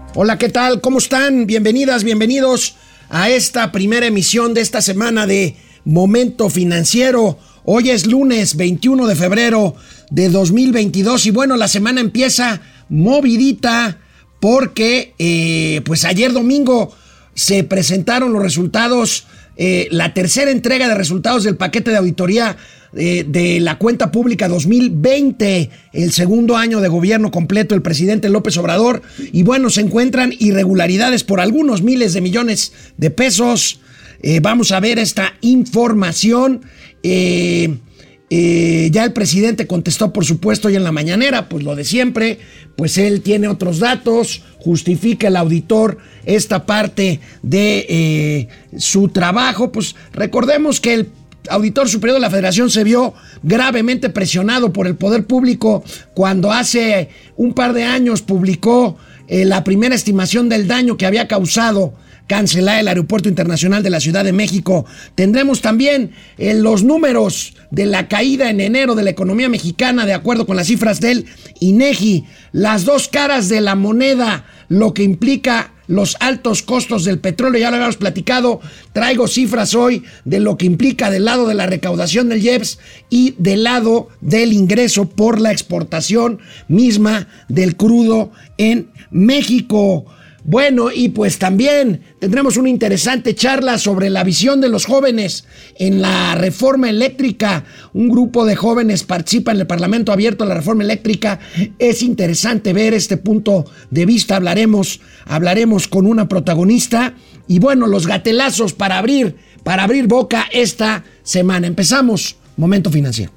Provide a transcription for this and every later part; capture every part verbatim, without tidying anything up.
Hola, ¿qué tal? ¿Cómo están? Bienvenidas, bienvenidos a esta primera emisión de esta semana de Momento Financiero. Hoy es lunes veintiuno de febrero de dos mil veintidós y bueno, la semana empieza movidita porque eh, pues ayer domingo se presentaron los resultados, eh, la tercera entrega de resultados del paquete de auditoría eh, de la cuenta pública dos mil veinte, el segundo año de gobierno completo del presidente López Obrador. Y bueno, se encuentran irregularidades por algunos miles de millones de pesos. Eh, vamos a ver esta información. Eh, eh, ya el presidente contestó, por supuesto, hoy en la mañanera, pues lo de siempre, pues él tiene otros datos, justifica el auditor esta parte de eh, su trabajo. Pues recordemos que el Auditor Superior de la Federación se vio gravemente presionado por el poder público cuando hace un par de años publicó eh, la primera estimación del daño que había causado cancelar el Aeropuerto Internacional de la Ciudad de México. Tendremos también eh, los números de la caída en enero de la economía mexicana de acuerdo con las cifras del INEGI, las dos caras de la moneda, lo que implica los altos costos del petróleo, ya lo habíamos platicado. Traigo cifras hoy de lo que implica del lado de la recaudación del I E P S y del lado del ingreso por la exportación misma del crudo en México. Bueno, y pues también tendremos una interesante charla sobre la visión de los jóvenes en la reforma eléctrica. Un grupo de jóvenes participa en el Parlamento Abierto de la Reforma Eléctrica. Es interesante ver este punto de vista. Hablaremos, hablaremos con una protagonista. Y bueno, los gatelazos para abrir, para abrir boca esta semana. Empezamos Momento Financiero.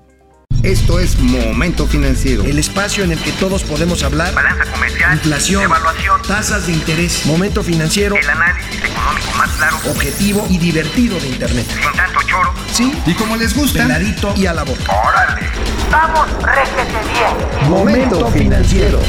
Esto es Momento Financiero. El espacio en el que todos podemos hablar. Balanza comercial, inflación, evaluación, tasas de interés. Momento Financiero. El análisis económico más claro, objetivo y divertido de Internet. sin tanto choro. Sí. Y como les gusta, Peladito y a la boca. ¡Órale! ¡Vamos, réjete bien! Momento Financiero.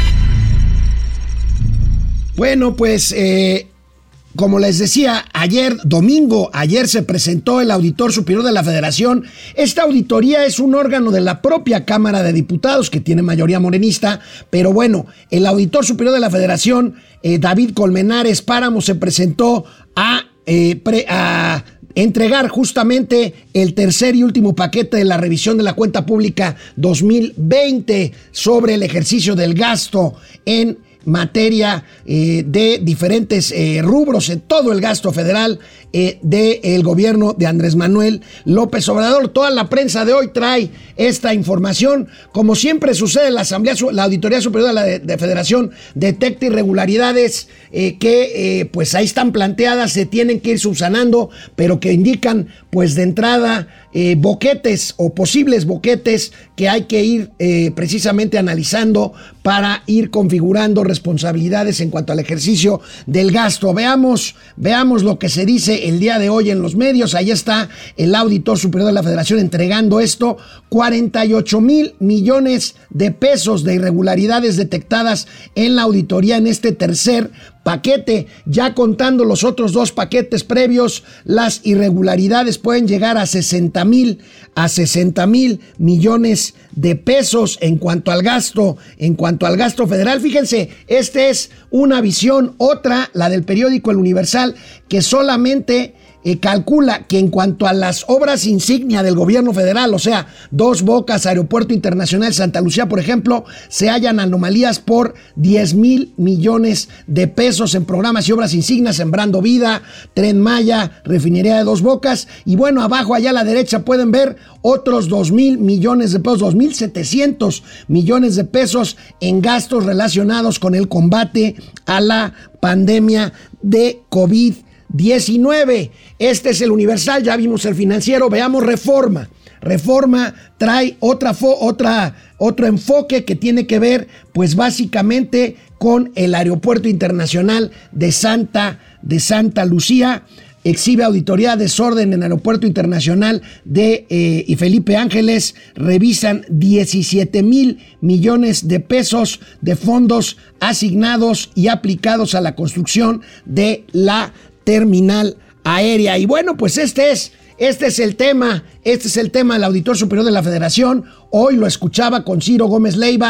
Bueno, pues eh, como les decía, ayer domingo, ayer se presentó el Auditor Superior de la Federación. Esta auditoría es un órgano de la propia Cámara de Diputados que tiene mayoría morenista, pero bueno, el Auditor Superior de la Federación, eh, David Colmenares Páramo, se presentó a, eh, pre, a entregar justamente el tercer y último paquete de la revisión de la cuenta pública dos mil veinte sobre el ejercicio del gasto en materia eh, de diferentes eh, rubros en todo el gasto federal eh, del gobierno de Andrés Manuel López Obrador. Toda la prensa de hoy trae esta información. Como siempre sucede, la Asamblea, la Auditoría Superior de la de, de Federación detecta irregularidades eh, que eh, pues ahí están planteadas, se tienen que ir subsanando, pero que indican pues de entrada eh, boquetes o posibles boquetes que hay que ir eh, precisamente analizando para ir configurando responsabilidades en cuanto al ejercicio del gasto. Veamos, veamos lo que se dice el día de hoy en los medios. Ahí está el Auditor Superior de la Federación entregando esto: cuarenta y ocho mil millones de pesos de irregularidades detectadas en la auditoría en este tercer paquete. Ya contando los otros dos paquetes previos, las irregularidades pueden llegar a sesenta mil a sesenta mil millones de pesos en cuanto al gasto, en cuanto al gasto federal. Fíjense, esta es una visión, otra, la del periódico El Universal, que solamente Eh, calcula que en cuanto a las obras insignia del gobierno federal, o sea, Dos Bocas, Aeropuerto Internacional Santa Lucía, por ejemplo, se hallan anomalías por diez mil millones de pesos en programas y obras insignias: Sembrando Vida, Tren Maya, Refinería de Dos Bocas. Y bueno, abajo allá a la derecha pueden ver otros dos mil millones de pesos, dos mil setecientos millones de pesos en gastos relacionados con el combate a la pandemia de COVID diecinueve. Este es el Universal, ya vimos el Financiero. Veamos Reforma. Reforma trae otra, fo, otra, otro enfoque que tiene que ver, pues básicamente con el Aeropuerto Internacional de Santa, de Santa Lucía. Exhibe auditoría, desorden en Aeropuerto Internacional de eh, y Felipe Ángeles. Revisan diecisiete mil millones de pesos de fondos asignados y aplicados a la construcción de la terminal aérea. Y bueno, pues este es, este es el tema, este es el tema del Auditor Superior de la Federación. Hoy lo escuchaba con Ciro Gómez Leiva,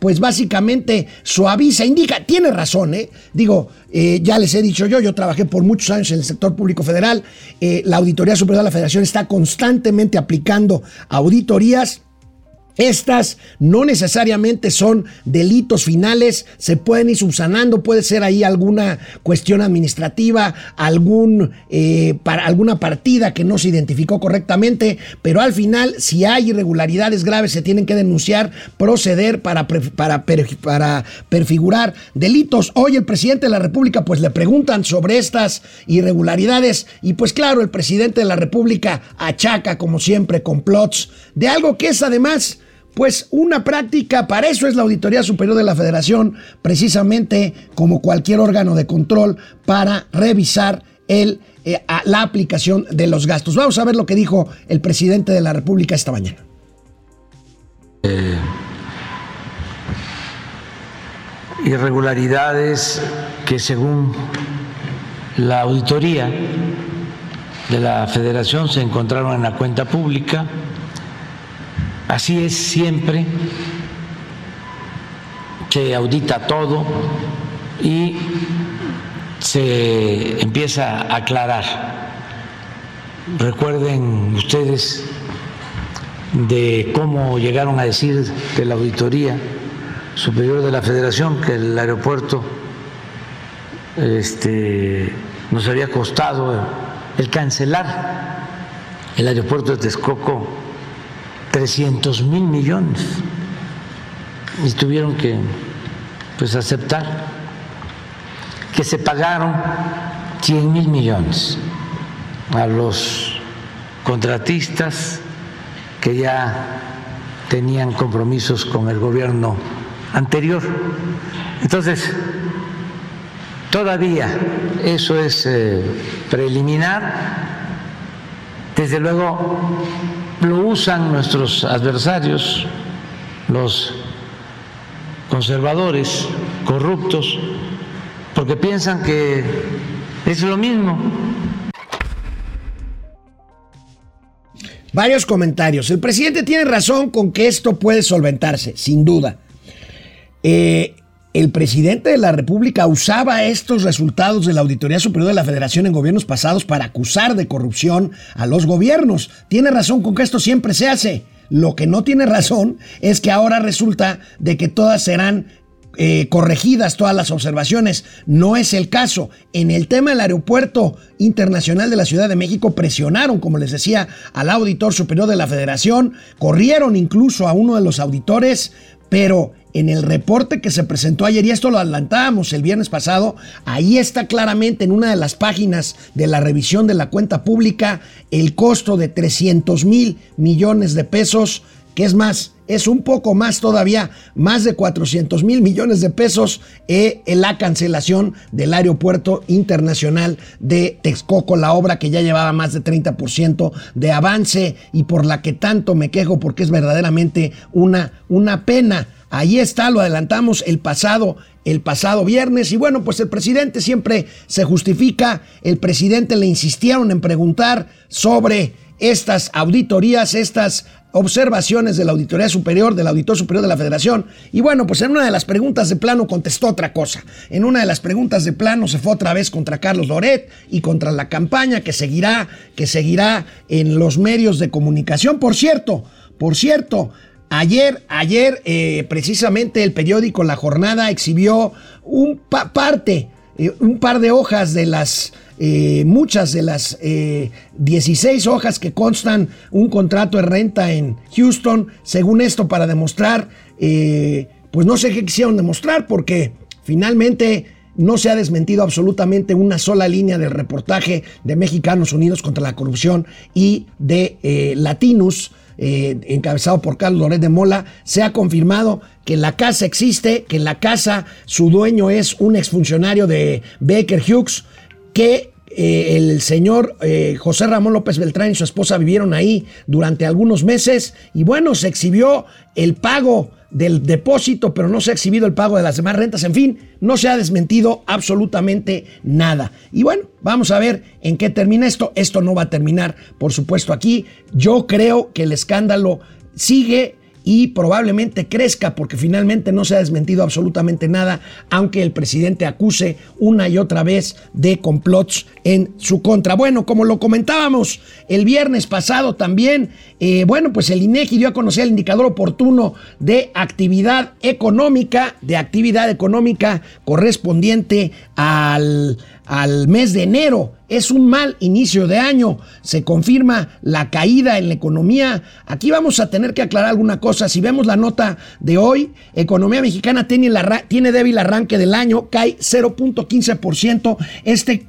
pues básicamente suaviza, indica, tiene razón, ¿eh? Digo, eh, ya les he dicho yo, yo trabajé por muchos años en el sector público federal, eh, la Auditoría Superior de la Federación está constantemente aplicando auditorías. Estas no necesariamente son delitos finales, se pueden ir subsanando, puede ser ahí alguna cuestión administrativa, algún, eh, para, alguna partida que no se identificó correctamente, pero al final, si hay irregularidades graves, se tienen que denunciar, proceder para, para, para perfigurar delitos. Hoy el presidente de la República, pues le preguntan sobre estas irregularidades y pues claro, el presidente de la República achaca, como siempre, complots de algo que es además pues una práctica. Para eso es la Auditoría Superior de la Federación, precisamente como cualquier órgano de control, para revisar el, eh, la aplicación de los gastos. Vamos a ver lo que dijo el presidente de la República esta mañana. Eh, irregularidades que según la auditoría de la Federación se encontraron en la cuenta pública. Así es siempre, se audita todo y se empieza a aclarar. Recuerden ustedes de cómo llegaron a decir de la Auditoría Superior de la Federación que el aeropuerto este, nos había costado el cancelar el aeropuerto de Texcoco trescientos mil millones y tuvieron que pues aceptar que se pagaron cien mil millones a los contratistas que ya tenían compromisos con el gobierno anterior. Entonces, todavía eso es eh, preliminar. Desde luego lo usan nuestros adversarios, los conservadores, corruptos, porque piensan que es lo mismo. Varios comentarios. El presidente tiene razón con que esto puede solventarse, sin duda. Eh, el presidente de la República usaba estos resultados de la Auditoría Superior de la Federación en gobiernos pasados para acusar de corrupción a los gobiernos. Tiene razón con que esto siempre se hace. Lo que no tiene razón es que ahora resulta de que todas serán Eh, corregidas, todas las observaciones. No es el caso. En el tema del Aeropuerto Internacional de la Ciudad de México presionaron, como les decía, al Auditor Superior de la Federación, corrieron incluso a uno de los auditores, pero en el reporte que se presentó ayer, y esto lo adelantábamos el viernes pasado, ahí está claramente en una de las páginas de la revisión de la cuenta pública el costo de trescientos mil millones de pesos, que es más, es un poco más todavía, más de cuatrocientos mil millones de pesos eh, en la cancelación del Aeropuerto Internacional de Texcoco, la obra que ya llevaba más de treinta por ciento de avance y por la que tanto me quejo porque es verdaderamente una, una pena. Ahí está, lo adelantamos el pasado, el pasado viernes y bueno, pues el presidente siempre se justifica. El presidente le insistieron en preguntar sobre estas auditorías, estas observaciones de la Auditoría Superior, del Auditor Superior de la Federación. Y bueno, pues en una de las preguntas de plano contestó otra cosa. En una de las preguntas de plano se fue otra vez contra Carlos Loret y contra la campaña que seguirá, que seguirá en los medios de comunicación. Por cierto, por cierto, ayer, ayer eh, precisamente el periódico La Jornada exhibió un pa- parte, eh, un par de hojas de las Eh, muchas de las eh, dieciséis hojas que constan un contrato de renta en Houston, según esto para demostrar, eh, pues no sé qué quisieron demostrar, porque finalmente no se ha desmentido absolutamente una sola línea del reportaje de Mexicanos Unidos contra la Corrupción y de eh, Latinos, eh, encabezado por Carlos Loret de Mola. Se ha confirmado que la casa existe, que la casa, su dueño es un exfuncionario de Baker Hughes, que eh, el señor eh, José Ramón López Beltrán y su esposa vivieron ahí durante algunos meses y bueno, se exhibió el pago del depósito, pero no se ha exhibido el pago de las demás rentas. En fin, no se ha desmentido absolutamente nada. Y bueno, vamos a ver en qué termina esto. Esto no va a terminar, por supuesto, aquí. Yo creo que el escándalo sigue y probablemente crezca porque finalmente no se ha desmentido absolutamente nada, aunque el presidente acuse una y otra vez de complots en su contra. Bueno, como lo comentábamos el viernes pasado también, eh, bueno, pues el INEGI dio a conocer el indicador oportuno de actividad económica, de actividad económica correspondiente al, al mes de enero. Es un mal inicio de año, se confirma la caída en la economía. Aquí vamos a tener que aclarar alguna cosa. Si vemos la nota de hoy, economía mexicana tiene, la, tiene débil arranque del año, cae cero punto quince por ciento. Este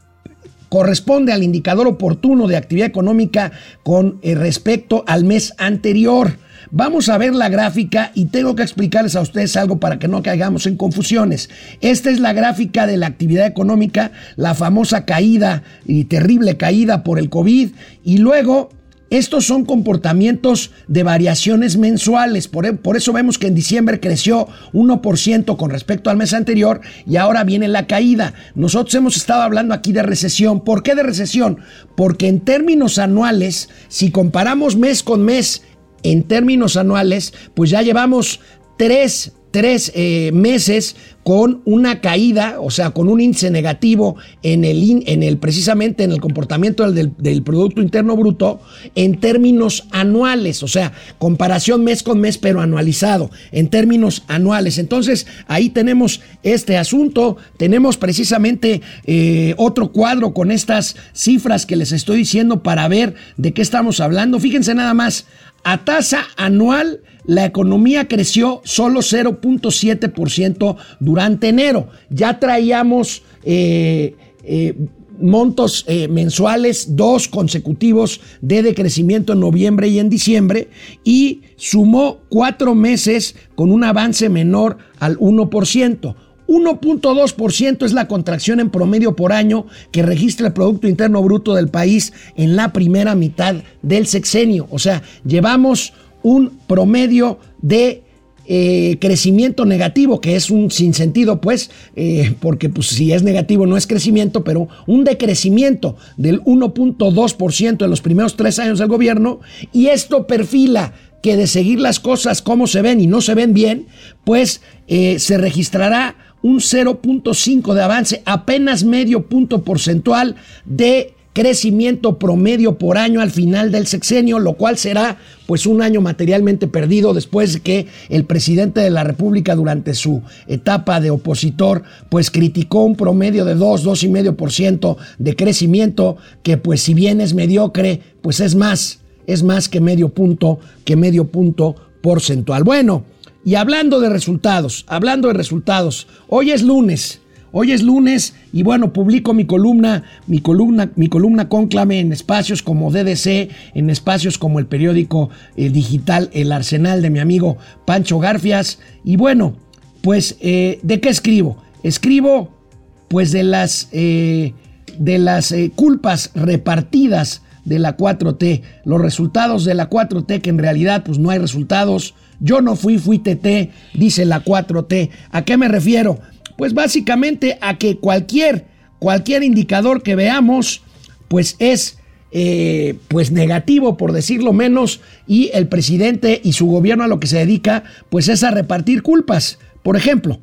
corresponde al indicador oportuno de actividad económica con eh, respecto al mes anterior. Vamos a ver la gráfica y tengo que explicarles a ustedes algo para que no caigamos en confusiones. Esta es la gráfica de la actividad económica, la famosa caída y terrible caída por el COVID, y luego estos son comportamientos de variaciones mensuales. Por, por eso vemos que en diciembre creció uno por ciento con respecto al mes anterior y ahora viene la caída. Nosotros hemos estado hablando aquí de recesión. ¿Por qué de recesión? Porque en términos anuales, si comparamos mes con mes, en términos anuales, pues ya llevamos tres, tres eh, meses con una caída, o sea, con un índice negativo en el, en el precisamente en el comportamiento del, del Producto Interno Bruto en términos anuales, o sea, comparación mes con mes, pero anualizado, en términos anuales. Entonces, ahí tenemos este asunto, tenemos precisamente eh, otro cuadro con estas cifras que les estoy diciendo para ver de qué estamos hablando. Fíjense nada más. A tasa anual, la economía creció solo cero punto siete por ciento durante enero. Ya traíamos eh, eh, montos eh, mensuales, dos consecutivos de decrecimiento en noviembre y en diciembre, y sumó cuatro meses con un avance menor al uno por ciento. uno punto dos por ciento es la contracción en promedio por año que registra el Producto Interno Bruto del país en la primera mitad del sexenio. O sea, llevamos un promedio de eh, crecimiento negativo, que es un sinsentido, pues, eh, porque pues, si es negativo no es crecimiento, pero un decrecimiento del uno punto dos por ciento en los primeros tres años del gobierno, y esto perfila que de seguir las cosas como se ven y no se ven bien, pues eh, se registrará un cero punto cinco de avance, apenas medio punto porcentual de crecimiento promedio por año al final del sexenio, lo cual será pues un año materialmente perdido después de que el presidente de la República durante su etapa de opositor pues criticó un promedio de dos, dos y medio por ciento de crecimiento, que pues si bien es mediocre, pues es más, es más que medio punto, que medio punto porcentual. Bueno, y hablando de resultados, hablando de resultados, hoy es lunes, hoy es lunes y bueno, publico mi columna, mi columna, mi columna Cónclave en espacios como D D C, en espacios como el periódico eh, digital El Arsenal de mi amigo Pancho Garfias. Y bueno, pues, eh, ¿de qué escribo? Escribo, pues, de las, eh, de las eh, culpas repartidas de la cuatro T, los resultados de la cuatro T, que en realidad pues no hay resultados. Yo no fui, fui T T, dice la cuatro T. ¿A qué me refiero? Pues básicamente a que cualquier, cualquier indicador que veamos, pues es eh, pues negativo, por decirlo menos, y el presidente y su gobierno a lo que se dedica, pues es a repartir culpas. Por ejemplo,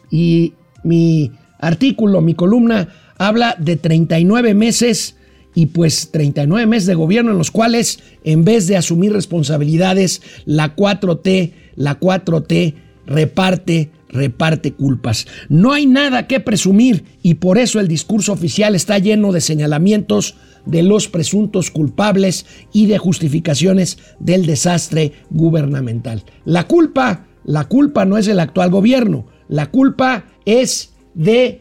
y mi artículo, mi columna, habla de treinta y nueve meses y pues treinta y nueve meses de gobierno en los cuales, en vez de asumir responsabilidades, la cuatro T, la cuatro T reparte, reparte culpas. No hay nada que presumir y por eso el discurso oficial está lleno de señalamientos de los presuntos culpables y de justificaciones del desastre gubernamental. La culpa, la culpa no es del actual gobierno, la culpa es de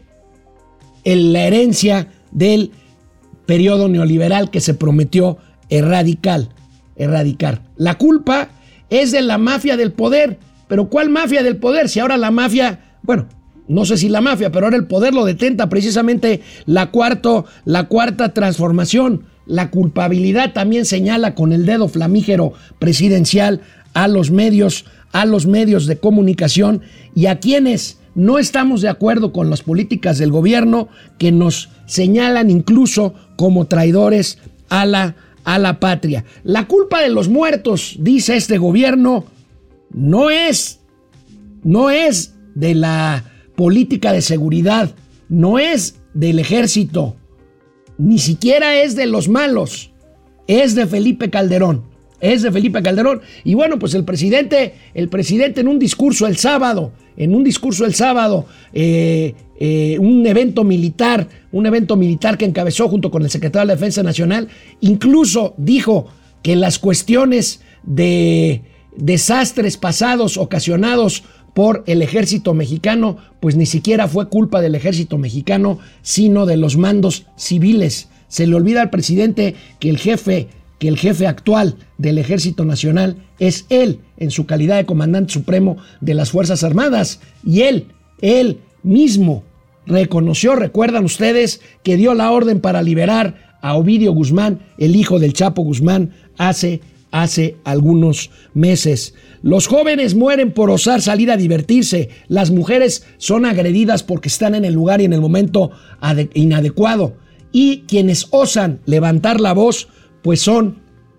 la herencia del periodo neoliberal que se prometió erradicar, erradicar. La culpa es de la mafia del poder. ¿Pero cuál mafia del poder? Si ahora la mafia, bueno, no sé si la mafia, pero ahora el poder lo detenta precisamente la, cuarto, la cuarta transformación. La culpabilidad también señala con el dedo flamígero presidencial a los medios, a los medios de comunicación y a quienes no estamos de acuerdo con las políticas del gobierno, que nos señalan incluso como traidores a la, a la patria. La culpa de los muertos, dice este gobierno, no es, no es de la política de seguridad, no es del ejército, ni siquiera es de los malos, es de Felipe Calderón, es de Felipe Calderón. Y bueno, pues el presidente, el presidente en un discurso el sábado, en un discurso el sábado, eh, eh, un evento militar, un evento militar que encabezó junto con el secretario de la Defensa Nacional, incluso dijo que las cuestiones de desastres pasados ocasionados por el ejército mexicano, pues ni siquiera fue culpa del ejército mexicano, sino de los mandos civiles. Se le olvida al presidente que el jefe, que el jefe actual del Ejército Nacional es él, en su calidad de comandante supremo de las Fuerzas Armadas. Y él, él mismo reconoció, recuerdan ustedes, que dio la orden para liberar a Ovidio Guzmán, el hijo del Chapo Guzmán, hace, hace algunos meses. Los jóvenes mueren por osar salir a divertirse. Las mujeres son agredidas porque están en el lugar y en el momento inadecuado. Y quienes osan levantar la voz, pues son,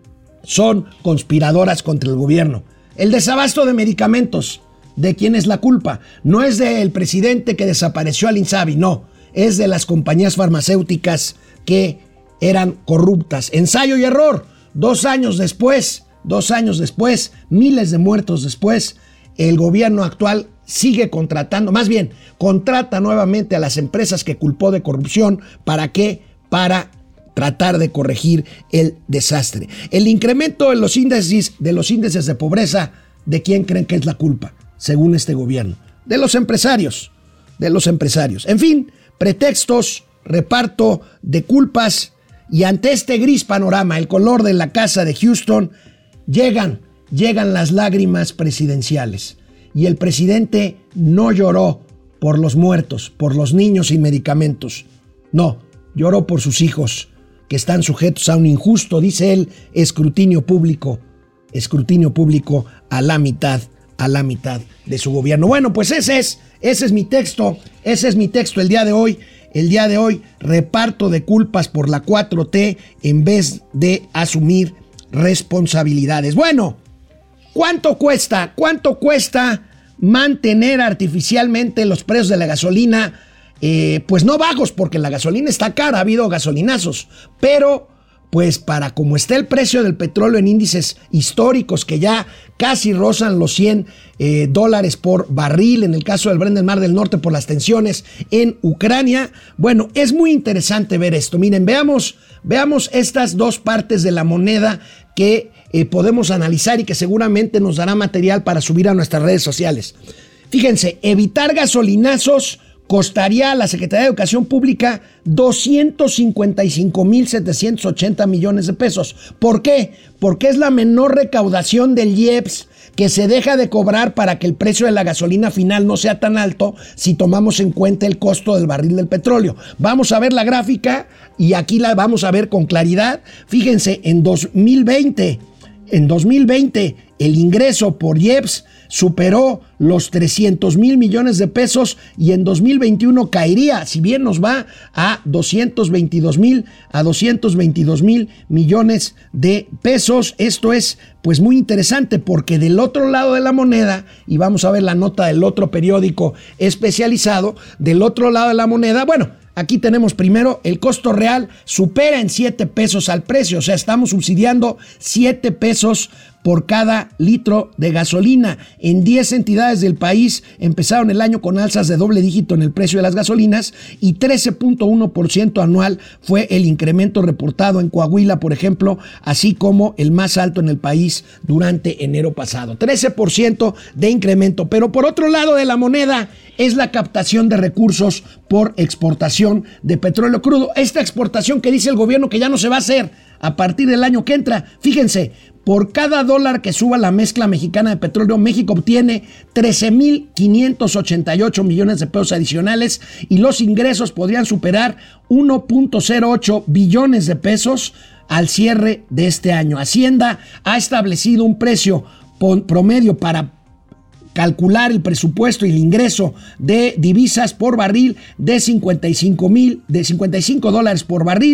son conspiradoras contra el gobierno. El desabasto de medicamentos, ¿de quién es la culpa? No es del presidente que desapareció al INSABI, no. Es de las compañías farmacéuticas que eran corruptas. Ensayo y error. Dos años después, dos años después, miles de muertos después, el gobierno actual sigue contratando, más bien, contrata nuevamente a las empresas que culpó de corrupción. ¿Para qué? Para tratar de corregir el desastre. El incremento de los índices, de los índices de pobreza, ¿de quién creen que es la culpa? Según este gobierno. De los empresarios. De los empresarios. En fin, pretextos, reparto de culpas. Y ante este gris panorama, el color de la casa de Houston, llegan, llegan las lágrimas presidenciales. Y el presidente no lloró por los muertos, por los niños sin medicamentos. No, lloró por sus hijos, que están sujetos a un injusto, dice él, escrutinio público, escrutinio público a la mitad, a la mitad de su gobierno. Bueno, pues ese es, ese es mi texto, ese es mi texto el día de hoy. El día de hoy, reparto de culpas por la cuatro T en vez de asumir responsabilidades. Bueno, ¿cuánto cuesta? ¿Cuánto cuesta mantener artificialmente los precios de la gasolina? Eh, pues no bajos, porque la gasolina está cara, ha habido gasolinazos, pero pues para como está el precio del petróleo en índices históricos que ya casi rozan los cien eh, dólares por barril, en el caso del Brent del Mar del Norte por las tensiones en Ucrania, bueno, es muy interesante ver esto. Miren, veamos, veamos estas dos partes de la moneda que eh, podemos analizar y que seguramente nos dará material para subir a nuestras redes sociales. Fíjense, evitar gasolinazos costaría a la Secretaría de Educación Pública doscientos cincuenta y cinco mil setecientos ochenta millones de pesos. ¿Por qué? Porque es la menor recaudación del I E P S que se deja de cobrar para que el precio de la gasolina final no sea tan alto si tomamos en cuenta el costo del barril del petróleo. Vamos a ver la gráfica y aquí la vamos a ver con claridad. Fíjense, en dos mil veinte, en dos mil veinte el ingreso por I E P S superó los trescientos mil millones de pesos y en dos mil veintiuno caería, si bien nos va, a doscientos veintidós mil a doscientos veintidós mil millones de pesos. Esto es pues muy interesante porque del otro lado de la moneda, y vamos a ver la nota del otro periódico especializado, del otro lado de la moneda, bueno, aquí tenemos primero el costo real supera en siete pesos al precio, o sea, estamos subsidiando siete pesos por cada litro de gasolina. En diez entidades del país empezaron el año con alzas de doble dígito en el precio de las gasolinas y trece punto uno por ciento anual fue el incremento reportado en Coahuila, por ejemplo, así como el más alto en el país durante enero pasado. trece por ciento de incremento. Pero por otro lado de la moneda es la captación de recursos por exportación de petróleo crudo. Esta exportación que dice el gobierno que ya no se va a hacer a partir del año que entra. Fíjense, por cada dólar que suba la mezcla mexicana de petróleo, México obtiene trece mil quinientos ochenta y ocho millones de pesos adicionales y los ingresos podrían superar uno punto cero ocho billones de pesos al cierre de este año. Hacienda ha establecido un precio promedio para calcular el presupuesto y el ingreso de divisas por barril de cincuenta y cinco mil, de cincuenta y cinco dólares por barril.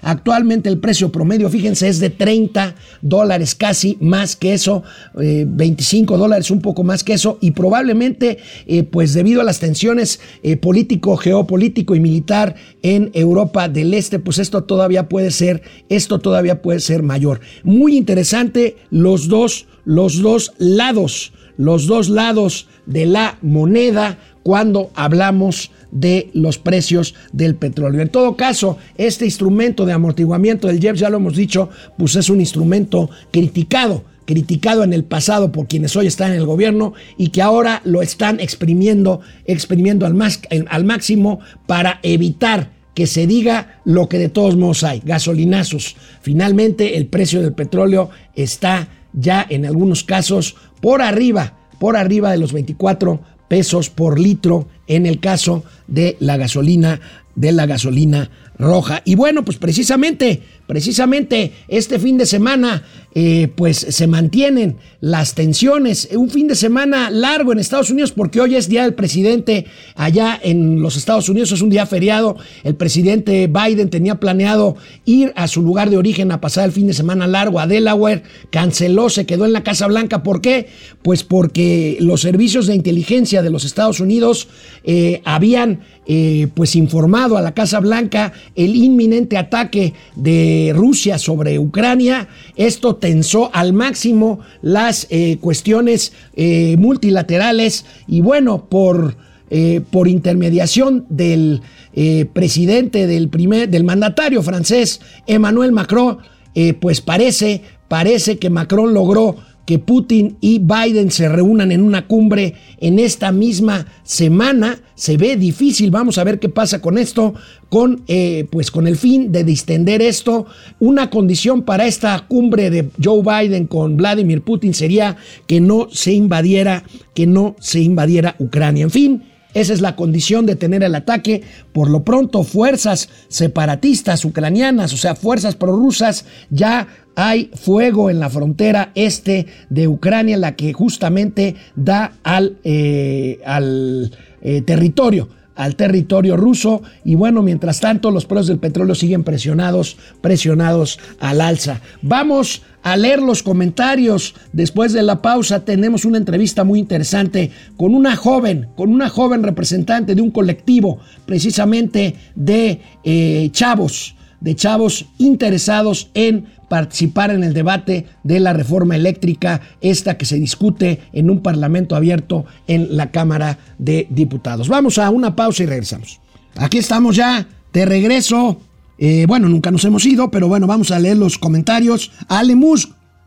Actualmente el precio promedio, fíjense, es de treinta dólares, casi más que eso, eh, veinticinco dólares, un poco más que eso, y probablemente, eh, pues debido a las tensiones eh, político, geopolítico y militar en Europa del Este, pues esto todavía puede ser, esto todavía puede ser mayor. Muy interesante los dos, los dos lados, los dos lados de la moneda cuando hablamos de los precios del petróleo. En todo caso, este instrumento de amortiguamiento del I E P S, ya lo hemos dicho, pues es un instrumento criticado, criticado en el pasado por quienes hoy están en el gobierno y que ahora lo están exprimiendo, exprimiendo al, más, al máximo para evitar que se diga lo que de todos modos hay, gasolinazos. Finalmente, el precio del petróleo está ya en algunos casos por arriba, por arriba de los veinticuatro pesos por litro en el caso de la gasolina, de la gasolina roja. Y bueno, pues precisamente, precisamente este fin de semana, eh, pues se mantienen las tensiones. Un fin de semana largo en Estados Unidos porque hoy es Día del Presidente allá en los Estados Unidos, es un día feriado. El presidente Biden tenía planeado ir a su lugar de origen a pasar el fin de semana largo a Delaware, canceló, se quedó en la Casa Blanca. ¿Por qué? Pues porque los servicios de inteligencia de los Estados Unidos eh, habían eh, pues informado a la Casa Blanca el inminente ataque de Rusia sobre Ucrania. Esto tensó al máximo las eh, cuestiones eh, multilaterales y bueno, por, eh, por intermediación del eh, presidente, del, primer, del mandatario francés Emmanuel Macron, eh, pues parece, parece que Macron logró que Putin y Biden se reúnan en una cumbre en esta misma semana. Se ve difícil, vamos a ver qué pasa con esto, con, eh, pues con el fin de distender esto. Una condición para esta cumbre de Joe Biden con Vladimir Putin sería que no se invadiera, que no se invadiera Ucrania. En fin, esa es la condición de tener el ataque. Por lo pronto, fuerzas separatistas ucranianas, o sea, fuerzas prorrusas, ya hay fuego en la frontera este de Ucrania, la que justamente da al, eh, al eh, territorio, al territorio ruso. Y bueno, mientras tanto, los precios del petróleo siguen presionados, presionados al alza. Vamos a leer los comentarios. Después de la pausa tenemos una entrevista muy interesante con una joven, con una joven representante de un colectivo precisamente de eh, chavos, de chavos interesados en participar en el debate de la reforma eléctrica, esta que se discute en un parlamento abierto en la Cámara de Diputados. Vamos a una pausa y regresamos. Aquí estamos ya, de regreso. Eh, bueno, nunca nos hemos ido, pero bueno, vamos a leer los comentarios. Ale Musk: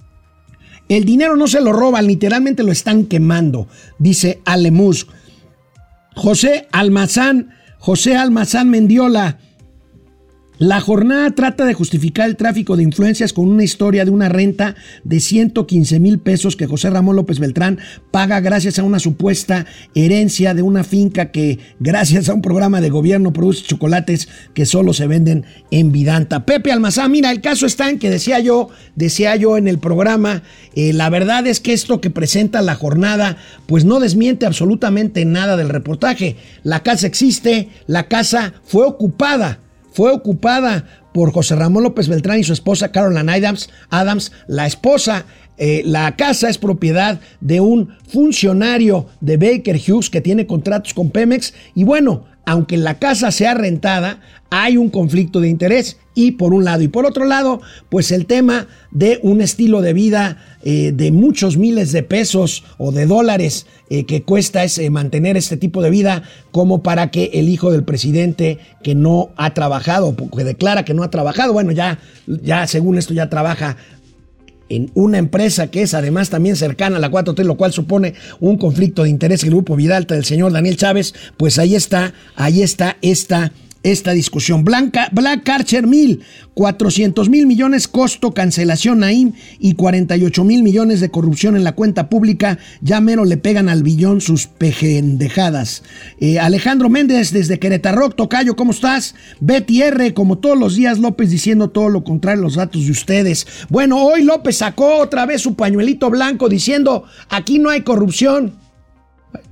el dinero no se lo roban, literalmente lo están quemando, dice Ale Musk. José Almazán, José Almazán Mendiola: la jornada trata de justificar el tráfico de influencias con una historia de una renta de ciento quince mil pesos que José Ramón López Beltrán paga gracias a una supuesta herencia de una finca que, gracias a un programa de gobierno, produce chocolates que solo se venden en Vidanta. Pepe Almazán: mira, el caso está en que decía yo, decía yo en el programa, eh, la verdad es que esto que presenta la jornada, pues no desmiente absolutamente nada del reportaje. La casa existe, la casa fue ocupada. Fue ocupada por José Ramón López Beltrán y su esposa Caroline Adams. Adams, la esposa, eh, la casa es propiedad de un funcionario de Baker Hughes que tiene contratos con Pemex. Y bueno, aunque la casa sea rentada, hay un conflicto de interés. Y por un lado, y por otro lado, pues el tema de un estilo de vida eh, de muchos miles de pesos o de dólares eh, que cuesta es, eh, mantener este tipo de vida, como para que el hijo del presidente, que no ha trabajado, que declara que no ha trabajado, bueno, ya, ya según esto ya trabaja en una empresa que es además también cercana a la cuatro T, lo cual supone un conflicto de interés el Grupo Vidalta del señor Daniel Chávez. Pues ahí está, ahí está esta esta discusión. Blanca, Black Archer mil, cuatrocientos mil millones costo cancelación Naim y cuarenta y ocho mil millones de corrupción en la cuenta pública. Ya mero le pegan al billón sus pejendejadas. Eh, Alejandro Méndez desde Querétaro: tocayo, ¿cómo estás? Betty R, como todos los días, López diciendo todo lo contrario a los datos de ustedes. Bueno, hoy López sacó otra vez su pañuelito blanco diciendo: aquí no hay corrupción.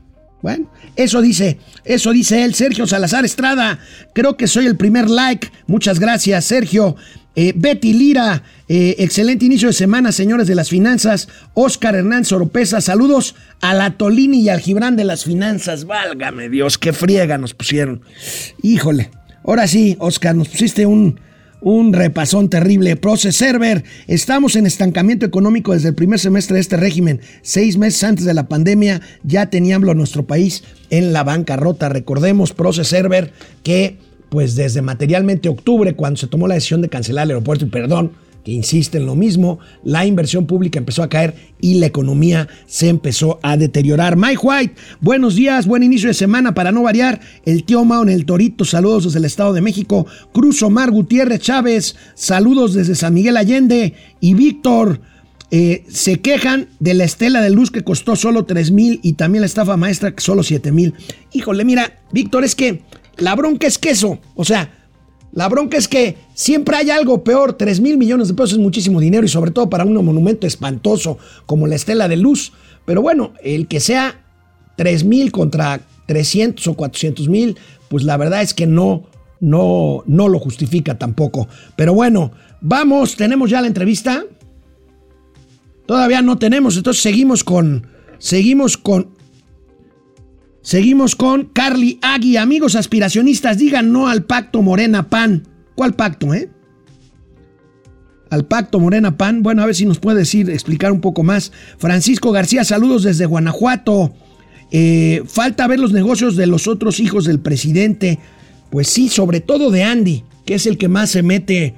Bueno, eso dice, eso dice él. Sergio Salazar Estrada, creo que soy el primer like. Muchas gracias, Sergio. Eh, Betty Lira, eh, excelente inicio de semana, señores de las finanzas. Oscar Hernández Oropesa, saludos a la Tolini y al Gibran de las finanzas. Válgame Dios, qué friega nos pusieron. Híjole, ahora sí, Oscar, nos pusiste un... Un repasón terrible. Process Server, estamos en estancamiento económico desde el primer semestre de este régimen. Seis meses antes de la pandemia ya tenía AMLO nuestro país en la bancarrota. Recordemos, Process Server, que pues desde materialmente octubre, cuando se tomó la decisión de cancelar el aeropuerto, y perdón, que insiste en lo mismo, la inversión pública empezó a caer y la economía se empezó a deteriorar. Mike White, buenos días, buen inicio de semana para no variar. El tío Mao en el Torito, saludos desde el Estado de México. Cruz Omar Gutiérrez Chávez, saludos desde San Miguel Allende. Y Víctor, eh, se quejan de la estela de luz que costó solo tres mil y también la estafa maestra que solo siete mil. Híjole, mira, Víctor, es que la bronca es queso, o sea... La bronca es que siempre hay algo peor. tres mil millones de pesos es muchísimo dinero y sobre todo para un monumento espantoso como la Estela de Luz. Pero bueno, el que sea tres mil contra trescientos o cuatrocientos mil, pues la verdad es que no, no, no lo justifica tampoco. Pero bueno, vamos, ¿tenemos ya la entrevista? Todavía no tenemos, entonces seguimos con, seguimos con... Seguimos con Carly Agui. Amigos aspiracionistas, digan no al pacto Morena-Pan. ¿Cuál pacto, eh? Al pacto Morena-Pan. Bueno, a ver si nos puede decir, explicar un poco más. Francisco García, saludos desde Guanajuato. Eh, falta ver los negocios de los otros hijos del presidente. Pues sí, sobre todo de Andy, que es el que más se mete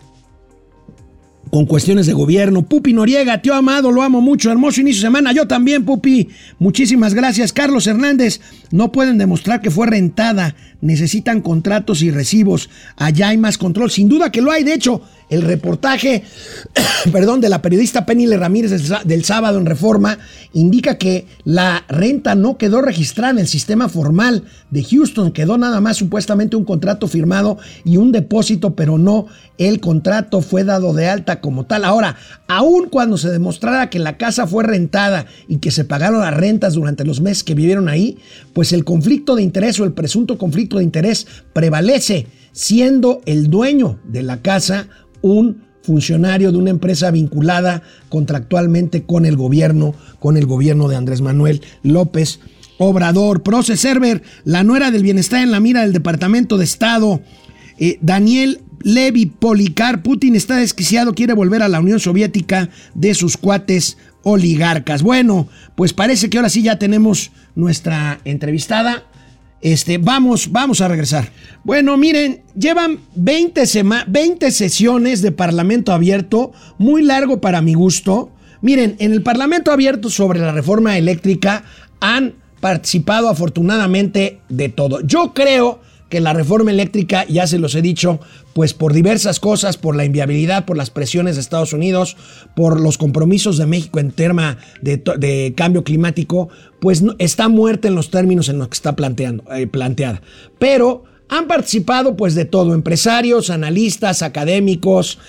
con cuestiones de gobierno. Pupi Noriega, tío amado, lo amo mucho, hermoso inicio de semana. Yo también, Pupi, muchísimas gracias. Carlos Hernández, no pueden demostrar que fue rentada, necesitan contratos y recibos, allá hay más control. Sin duda que lo hay. De hecho, el reportaje perdón, de la periodista Penny L. Ramírez del, del sábado en Reforma indica que la renta no quedó registrada en el sistema formal de Houston, quedó nada más supuestamente un contrato firmado y un depósito, pero no el contrato fue dado de alta como tal. Ahora, aun cuando se demostrara que la casa fue rentada y que se pagaron las rentas durante los meses que vivieron ahí, pues el conflicto de interés o el presunto conflicto de interés prevalece, siendo el dueño de la casa un funcionario de una empresa vinculada contractualmente con el gobierno, con el gobierno de Andrés Manuel López Obrador. Process Server, la nuera del bienestar en la mira del Departamento de Estado. Eh, Daniel Levy Policar, Putin está desquiciado, quiere volver a la Unión Soviética de sus cuates oligarcas. Bueno, pues parece que ahora sí ya tenemos nuestra entrevistada. Este, vamos, vamos a regresar. Bueno, miren, llevan veinte, sema- veinte sesiones de Parlamento Abierto, muy largo para mi gusto. Miren, en el Parlamento Abierto sobre la reforma eléctrica han participado afortunadamente de todo. Yo creo que la reforma eléctrica, ya se los he dicho, pues por diversas cosas, por la inviabilidad, por las presiones de Estados Unidos, por los compromisos de México en tema de, de cambio climático, pues no, está muerta en los términos en los que está planteando, eh, planteada. Pero han participado pues de todo, empresarios, analistas, académicos,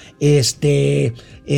este,